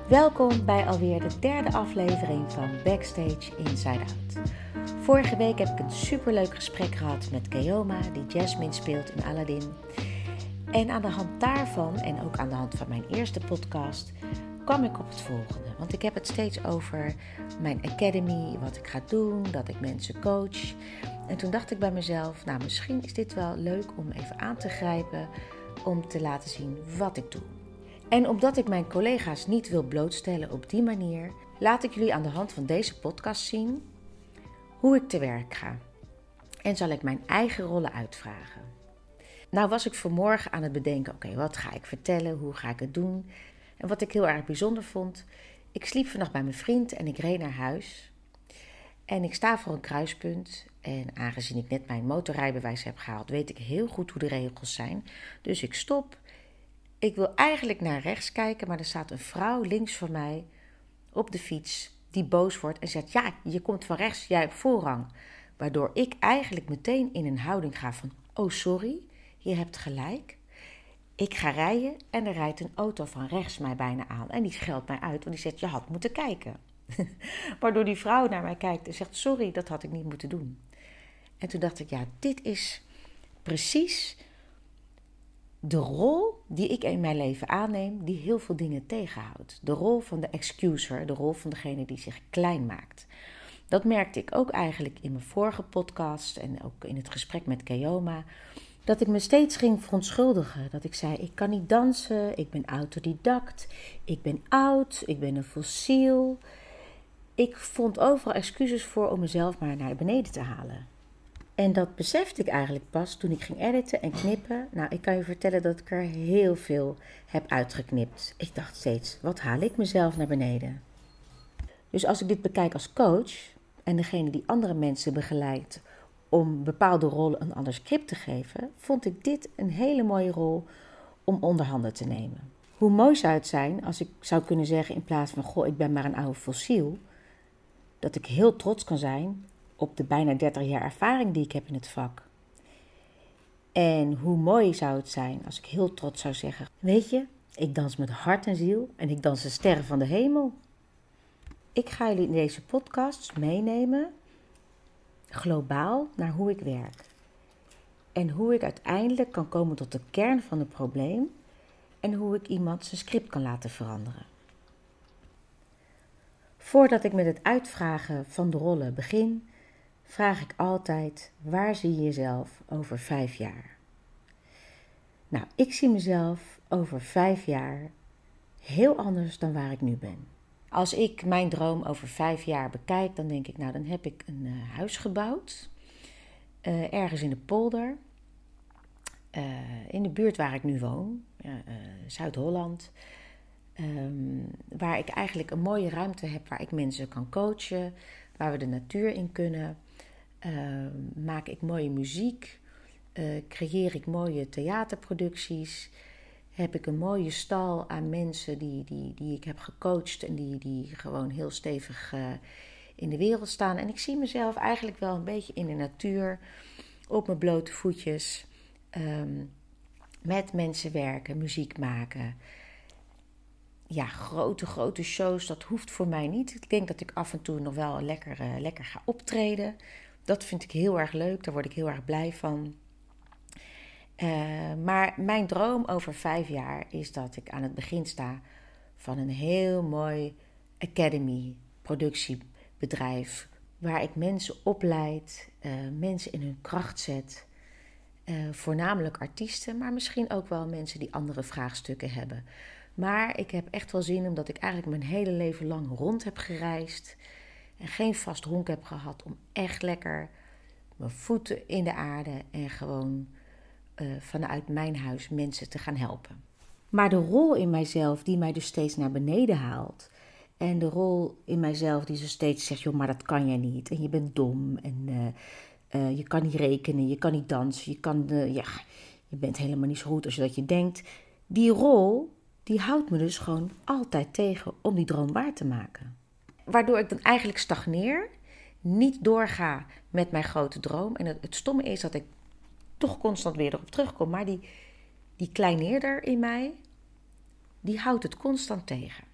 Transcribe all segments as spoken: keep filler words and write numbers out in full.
Welkom bij alweer de derde aflevering van Backstage Inside Out. Vorige week heb ik een superleuk gesprek gehad met Keoma, die Jasmine speelt in Aladdin. En aan de hand daarvan, en ook aan de hand van mijn eerste podcast, kwam ik op het volgende. Want ik heb het steeds over mijn academy, wat ik ga doen, dat ik mensen coach. En toen dacht ik bij mezelf, nou misschien is dit wel leuk om even aan te grijpen, om te laten zien wat ik doe. En omdat ik mijn collega's niet wil blootstellen op die manier, laat ik jullie aan de hand van deze podcast zien hoe ik te werk ga. En zal ik mijn eigen rollen uitvragen. Nou was ik vanmorgen aan het bedenken, oké, okay, wat ga ik vertellen, hoe ga ik het doen? En wat ik heel erg bijzonder vond, ik sliep vannacht bij mijn vriend en ik reed naar huis. En ik sta voor een kruispunt en aangezien ik net mijn motorrijbewijs heb gehaald, weet ik heel goed hoe de regels zijn. Dus ik stop. Ik wil eigenlijk naar rechts kijken, maar er staat een vrouw links van mij op de fiets die boos wordt en zegt, ja, je komt van rechts, jij hebt voorrang. Waardoor ik eigenlijk meteen in een houding ga van, oh sorry, je hebt gelijk. Ik ga rijden en er rijdt een auto van rechts mij bijna aan en die scheldt mij uit, want die zegt, je had moeten kijken. Waardoor die vrouw naar mij kijkt en zegt, sorry, dat had ik niet moeten doen. En toen dacht ik, ja, dit is precies de rol die ik in mijn leven aanneem, die heel veel dingen tegenhoudt. De rol van de excuser, de rol van degene die zich klein maakt. Dat merkte ik ook eigenlijk in mijn vorige podcast en ook in het gesprek met Keoma. Dat ik me steeds ging verontschuldigen. Dat ik zei, ik kan niet dansen, ik ben autodidact, ik ben oud, ik ben een fossiel. Ik vond overal excuses voor om mezelf maar naar beneden te halen. En dat besefte ik eigenlijk pas toen ik ging editen en knippen. Nou, ik kan je vertellen dat ik er heel veel heb uitgeknipt. Ik dacht steeds, wat haal ik mezelf naar beneden? Dus als ik dit bekijk als coach en degene die andere mensen begeleidt om bepaalde rollen een ander script te geven, vond ik dit een hele mooie rol om onderhanden te nemen. Hoe mooi zou het zijn als ik zou kunnen zeggen in plaats van, goh, ik ben maar een oude fossiel, dat ik heel trots kan zijn op de bijna dertig jaar ervaring die ik heb in het vak. En hoe mooi zou het zijn als ik heel trots zou zeggen, weet je, ik dans met hart en ziel en ik dans de sterren van de hemel. Ik ga jullie in deze podcasts meenemen, globaal, naar hoe ik werk. En hoe ik uiteindelijk kan komen tot de kern van het probleem en hoe ik iemand zijn script kan laten veranderen. Voordat ik met het uitvragen van de rollen begin, vraag ik altijd, waar zie je jezelf over vijf jaar? Nou, ik zie mezelf over vijf jaar heel anders dan waar ik nu ben. Als ik mijn droom over vijf jaar bekijk, dan denk ik, nou, dan heb ik een uh, huis gebouwd. Uh, ergens in de polder. Uh, in de buurt waar ik nu woon, uh, uh, Zuid-Holland. Um, waar ik eigenlijk een mooie ruimte heb waar ik mensen kan coachen. Waar we de natuur in kunnen. Uh, maak ik mooie muziek, uh, creëer ik mooie theaterproducties, heb ik een mooie stal aan mensen die, die, die ik heb gecoacht en die, die gewoon heel stevig uh, in de wereld staan. En ik zie mezelf eigenlijk wel een beetje in de natuur, op mijn blote voetjes, um, met mensen werken, muziek maken. Ja, grote, grote shows, dat hoeft voor mij niet. Ik denk dat ik af en toe nog wel lekker, uh, lekker ga optreden. Dat vind ik heel erg leuk, daar word ik heel erg blij van. Uh, maar mijn droom over vijf jaar is dat ik aan het begin sta van een heel mooi academy, productiebedrijf, waar ik mensen opleid, uh, mensen in hun kracht zet. Uh, voornamelijk artiesten, maar misschien ook wel mensen die andere vraagstukken hebben. Maar ik heb echt wel zin, omdat ik eigenlijk mijn hele leven lang rond heb gereisd en geen vast honk heb gehad, om echt lekker mijn voeten in de aarde en gewoon uh, vanuit mijn huis mensen te gaan helpen. Maar de rol in mijzelf die mij dus steeds naar beneden haalt en de rol in mijzelf die zo steeds zegt, joh, maar dat kan jij niet en je bent dom en uh, uh, je kan niet rekenen, je kan niet dansen, je kan, uh, ja, je bent helemaal niet zo goed als je dat je denkt. Die rol, die houdt me dus gewoon altijd tegen om die droom waar te maken. Waardoor ik dan eigenlijk stagneer, niet doorga met mijn grote droom. En het, het stomme is dat ik toch constant weer erop terugkom. Maar die, die kleineerder in mij, die houdt het constant tegen.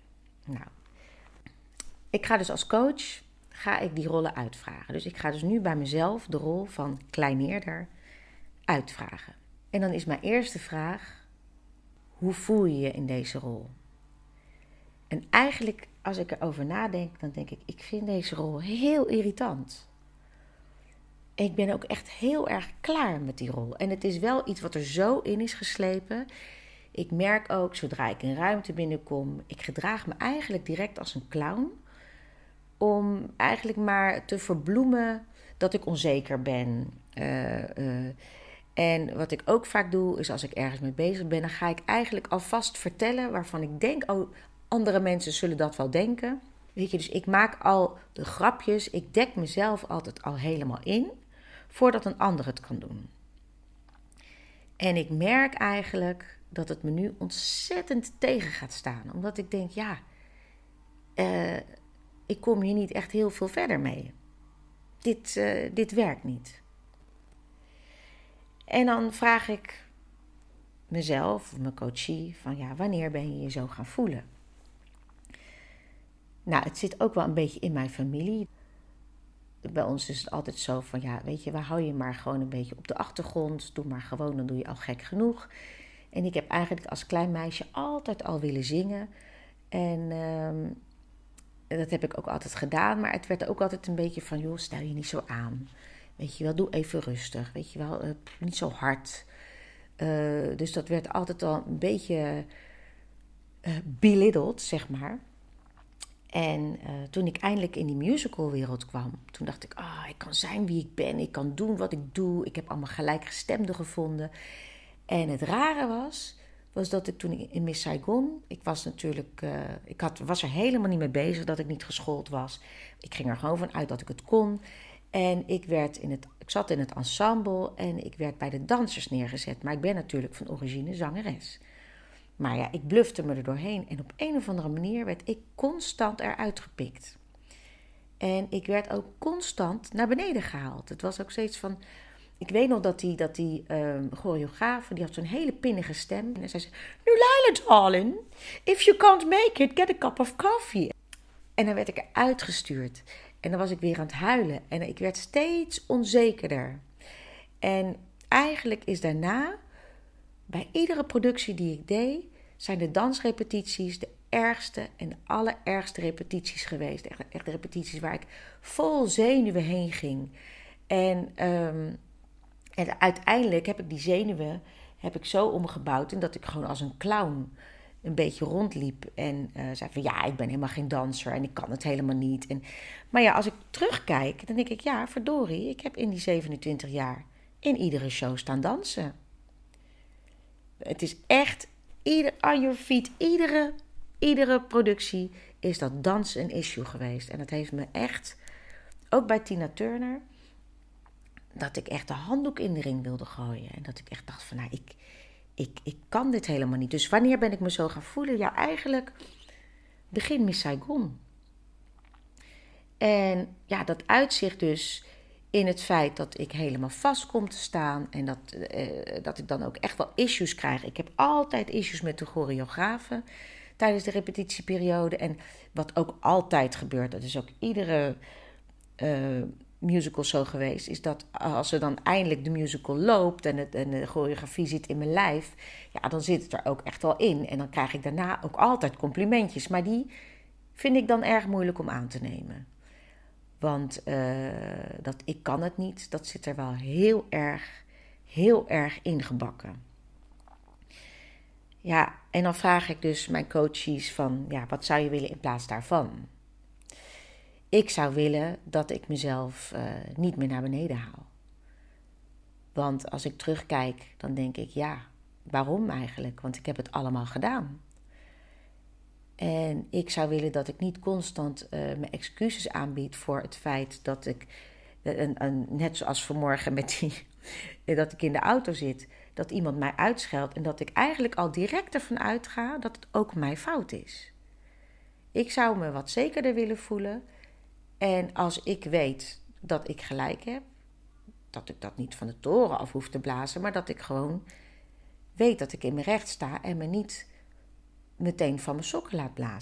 Nou, ik ga dus als coach, ga ik die rollen uitvragen. Dus ik ga dus nu bij mezelf de rol van kleineerder uitvragen. En dan is mijn eerste vraag, hoe voel je je in deze rol? En eigenlijk, als ik erover nadenk, dan denk ik, ik vind deze rol heel irritant. Ik ben ook echt heel erg klaar met die rol. En het is wel iets wat er zo in is geslepen. Ik merk ook, zodra ik een ruimte binnenkom, ik gedraag me eigenlijk direct als een clown. Om eigenlijk maar te verbloemen dat ik onzeker ben. Uh, uh, en wat ik ook vaak doe, is als ik ergens mee bezig ben, dan ga ik eigenlijk alvast vertellen waarvan ik denk, oh, andere mensen zullen dat wel denken. Weet je, dus ik maak al de grapjes, ik dek mezelf altijd al helemaal in, voordat een ander het kan doen. En ik merk eigenlijk dat het me nu ontzettend tegen gaat staan. Omdat ik denk, ja, uh, ik kom hier niet echt heel veel verder mee. Dit, uh, dit werkt niet. En dan vraag ik mezelf, of mijn coachie, van ja, wanneer ben je je zo gaan voelen? Nou, het zit ook wel een beetje in mijn familie. Bij ons is het altijd zo van, ja, weet je, we houden je maar gewoon een beetje op de achtergrond. Doe maar gewoon, dan doe je al gek genoeg. En ik heb eigenlijk als klein meisje altijd al willen zingen. En um, dat heb ik ook altijd gedaan. Maar het werd ook altijd een beetje van, joh, stel je niet zo aan. Weet je wel, doe even rustig. Weet je wel, uh, niet zo hard. Uh, dus dat werd altijd al een beetje uh, belittled, zeg maar. En uh, toen ik eindelijk in die musicalwereld kwam, toen dacht ik, ah, oh, ik kan zijn wie ik ben, ik kan doen wat ik doe. Ik heb allemaal gelijkgestemden gevonden. En het rare was, was dat ik toen in Miss Saigon, ik was natuurlijk, uh, ik had, was er helemaal niet mee bezig dat ik niet geschoold was. Ik ging er gewoon van uit dat ik het kon. En ik, werd in het, ik zat in het ensemble en ik werd bij de dansers neergezet. Maar ik ben natuurlijk van origine zangeres. Maar ja, ik blufte me er doorheen en op een of andere manier werd ik constant eruit gepikt. En ik werd ook constant naar beneden gehaald. Het was ook steeds van, ik weet nog dat die, dat die um, choreograaf, die had zo'n hele pinnige stem. En zij zei, nu Laila darling, if you can't make it, get a cup of coffee. En dan werd ik eruit gestuurd. En dan was ik weer aan het huilen. En ik werd steeds onzekerder. En eigenlijk is daarna, bij iedere productie die ik deed, zijn de dansrepetities de ergste en de allerergste repetities geweest. Echt, echt de repetities waar ik vol zenuwen heen ging. En, um, en uiteindelijk heb ik die zenuwen heb ik zo omgebouwd en dat ik gewoon als een clown een beetje rondliep. En uh, zei van ja, ik ben helemaal geen danser en ik kan het helemaal niet. En, maar ja, als ik terugkijk, dan denk ik ja, verdorie, ik heb in die zevenentwintig jaar in iedere show staan dansen. Het is echt, ieder, on your feet, iedere, iedere productie is dat dansen een issue geweest. En dat heeft me echt, ook bij Tina Turner, dat ik echt de handdoek in de ring wilde gooien. En dat ik echt dacht van, nou, ik, ik, ik kan dit helemaal niet. Dus wanneer ben ik me zo gaan voelen? Ja, eigenlijk begin Miss Saigon. En ja, dat uitzicht dus in het feit dat ik helemaal vast kom te staan en dat, uh, dat ik dan ook echt wel issues krijg. Ik heb altijd issues met de choreografen tijdens de repetitieperiode. En wat ook altijd gebeurt, dat is ook iedere uh, musical zo geweest, is dat als er dan eindelijk de musical loopt en, het, en de choreografie zit in mijn lijf, ja, dan zit het er ook echt wel in. En dan krijg ik daarna ook altijd complimentjes. Maar die vind ik dan erg moeilijk om aan te nemen. Want uh, dat ik kan het niet, dat zit er wel heel erg, heel erg ingebakken. Ja, en dan vraag ik dus mijn coaches van, ja, wat zou je willen in plaats daarvan? Ik zou willen dat ik mezelf uh, niet meer naar beneden haal. Want als ik terugkijk, dan denk ik, ja, waarom eigenlijk? Want ik heb het allemaal gedaan. En ik zou willen dat ik niet constant uh, mijn excuses aanbied voor het feit dat ik, uh, uh, uh, net zoals vanmorgen met die, uh, dat ik in de auto zit, dat iemand mij uitscheldt en dat ik eigenlijk al direct ervan uitga dat het ook mijn fout is. Ik zou me wat zekerder willen voelen en als ik weet dat ik gelijk heb, dat ik dat niet van de toren af hoef te blazen, maar dat ik gewoon weet dat ik in mijn recht sta en me niet meteen van mijn sokken laat blazen.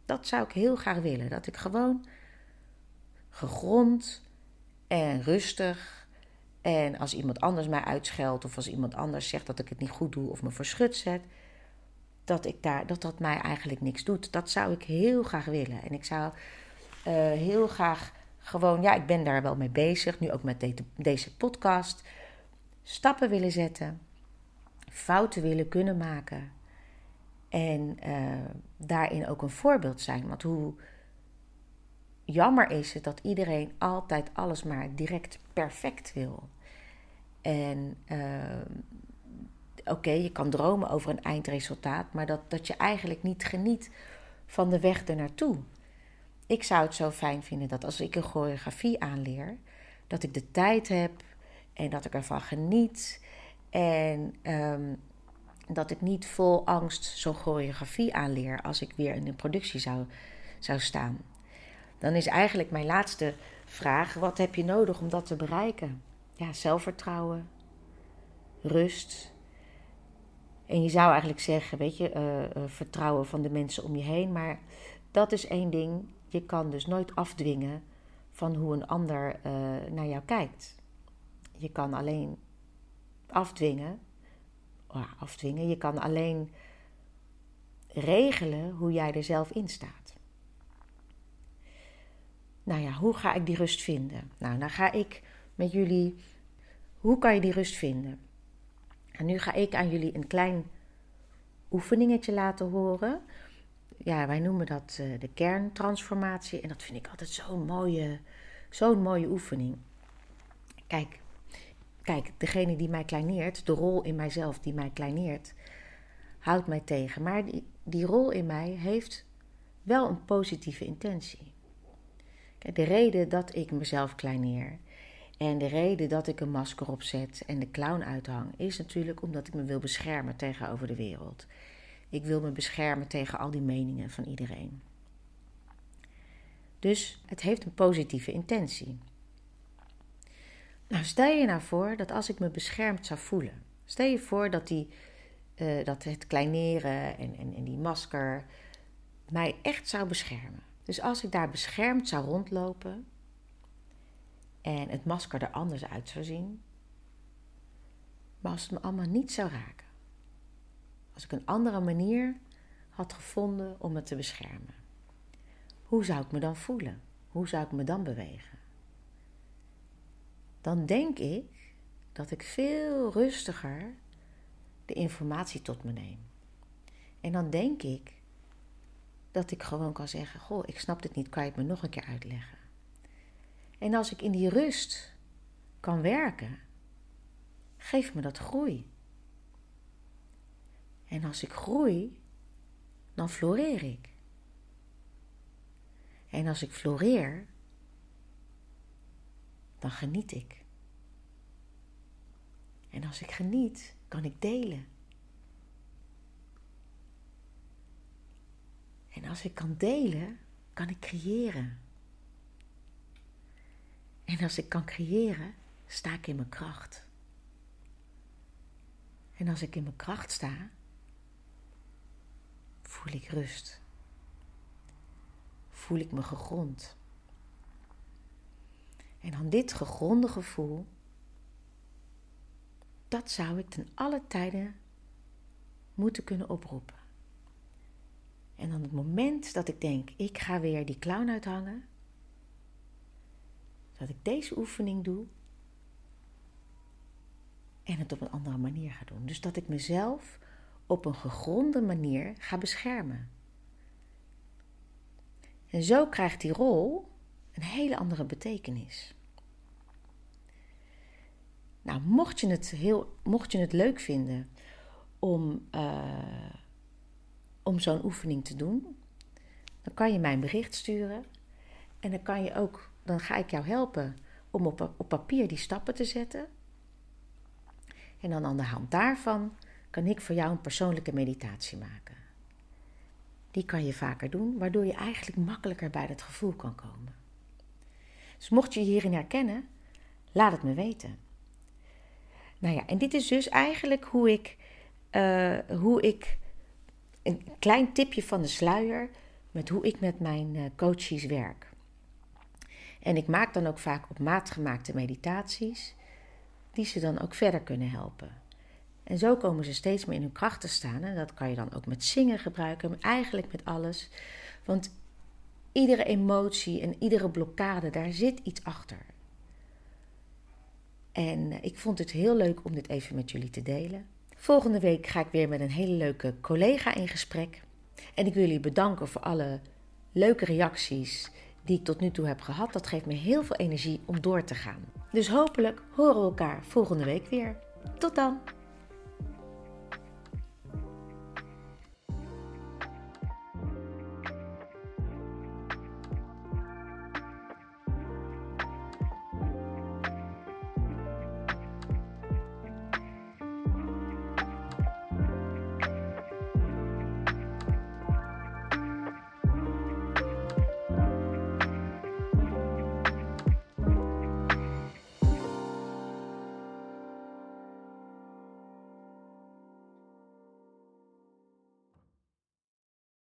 Dat zou ik heel graag willen. Dat ik gewoon gegrond en rustig. En als iemand anders mij uitscheldt of als iemand anders zegt dat ik het niet goed doe of me voor schut zet, dat ik daar, dat dat mij eigenlijk niks doet. Dat zou ik heel graag willen. En ik zou uh, heel graag gewoon, ja, ik ben daar wel mee bezig, nu ook met de, deze podcast, stappen willen zetten, fouten willen kunnen maken en uh, daarin ook een voorbeeld zijn. Want hoe jammer is het dat iedereen altijd alles maar direct perfect wil. En uh, oké, okay, je kan dromen over een eindresultaat, maar dat, dat je eigenlijk niet geniet van de weg ernaartoe. Ik zou het zo fijn vinden dat als ik een choreografie aanleer, dat ik de tijd heb en dat ik ervan geniet. En um, dat ik niet vol angst zo'n choreografie aanleer als ik weer in een productie zou, zou staan. Dan is eigenlijk mijn laatste vraag, wat heb je nodig om dat te bereiken? Ja, zelfvertrouwen, rust. En je zou eigenlijk zeggen, weet je, uh, uh, vertrouwen van de mensen om je heen. Maar dat is één ding, je kan dus nooit afdwingen van hoe een ander uh, naar jou kijkt. Je kan alleen afdwingen, oh, afdwingen, je kan alleen regelen hoe jij er zelf in staat. Nou ja, hoe ga ik die rust vinden? Nou, dan ga ik met jullie, hoe kan je die rust vinden? En nu ga ik aan jullie een klein oefeningetje laten horen. Ja, wij noemen dat uh, de kerntransformatie. En dat vind ik altijd zo'n mooie, zo'n mooie oefening. Kijk, kijk, degene die mij kleineert, de rol in mijzelf die mij kleineert, houdt mij tegen. Maar die, die rol in mij heeft wel een positieve intentie. Kijk, de reden dat ik mezelf kleineer en de reden dat ik een masker opzet en de clown uithang, is natuurlijk omdat ik me wil beschermen tegenover de wereld. Ik wil me beschermen tegen al die meningen van iedereen. Dus het heeft een positieve intentie. Nou, stel je nou voor dat als ik me beschermd zou voelen. Stel je voor dat, die, uh, dat het kleineren en, en, en die masker mij echt zou beschermen. Dus als ik daar beschermd zou rondlopen en het masker er anders uit zou zien, maar als het me allemaal niet zou raken. Als ik een andere manier had gevonden om me te beschermen. Hoe zou ik me dan voelen? Hoe zou ik me dan bewegen? Dan denk ik dat ik veel rustiger de informatie tot me neem. En dan denk ik dat ik gewoon kan zeggen, goh, ik snap dit niet, kan je het me nog een keer uitleggen? En als ik in die rust kan werken, geeft me dat groei. En als ik groei, dan floreer ik. En als ik floreer, dan geniet ik. En als ik geniet, kan ik delen. En als ik kan delen, kan ik creëren. En als ik kan creëren, sta ik in mijn kracht. En als ik in mijn kracht sta, voel ik rust. Voel ik me gegrond. En dan dit gegronde gevoel, dat zou ik ten alle tijden moeten kunnen oproepen. En dan het moment dat ik denk, ik ga weer die clown uithangen, dat ik deze oefening doe en het op een andere manier ga doen. Dus dat ik mezelf op een gegronde manier ga beschermen. En zo krijgt die rol een hele andere betekenis. Nou, mocht je het, heel, mocht je het leuk vinden om, uh, om zo'n oefening te doen, dan kan je mij een bericht sturen. En dan kan je ook, dan ga ik jou helpen om op, op papier die stappen te zetten. En dan aan de hand daarvan kan ik voor jou een persoonlijke meditatie maken. Die kan je vaker doen, waardoor je eigenlijk makkelijker bij dat gevoel kan komen. Dus mocht je je hierin herkennen, laat het me weten. Nou ja, en dit is dus eigenlijk hoe ik, uh, hoe ik een klein tipje van de sluier, met hoe ik met mijn uh, coaches werk. En ik maak dan ook vaak op maat gemaakte meditaties die ze dan ook verder kunnen helpen. En zo komen ze steeds meer in hun kracht te staan. En dat kan je dan ook met zingen gebruiken, eigenlijk met alles. Want iedere emotie en iedere blokkade, daar zit iets achter. En ik vond het heel leuk om dit even met jullie te delen. Volgende week ga ik weer met een hele leuke collega in gesprek. En ik wil jullie bedanken voor alle leuke reacties die ik tot nu toe heb gehad. Dat geeft me heel veel energie om door te gaan. Dus hopelijk horen we elkaar volgende week weer. Tot dan!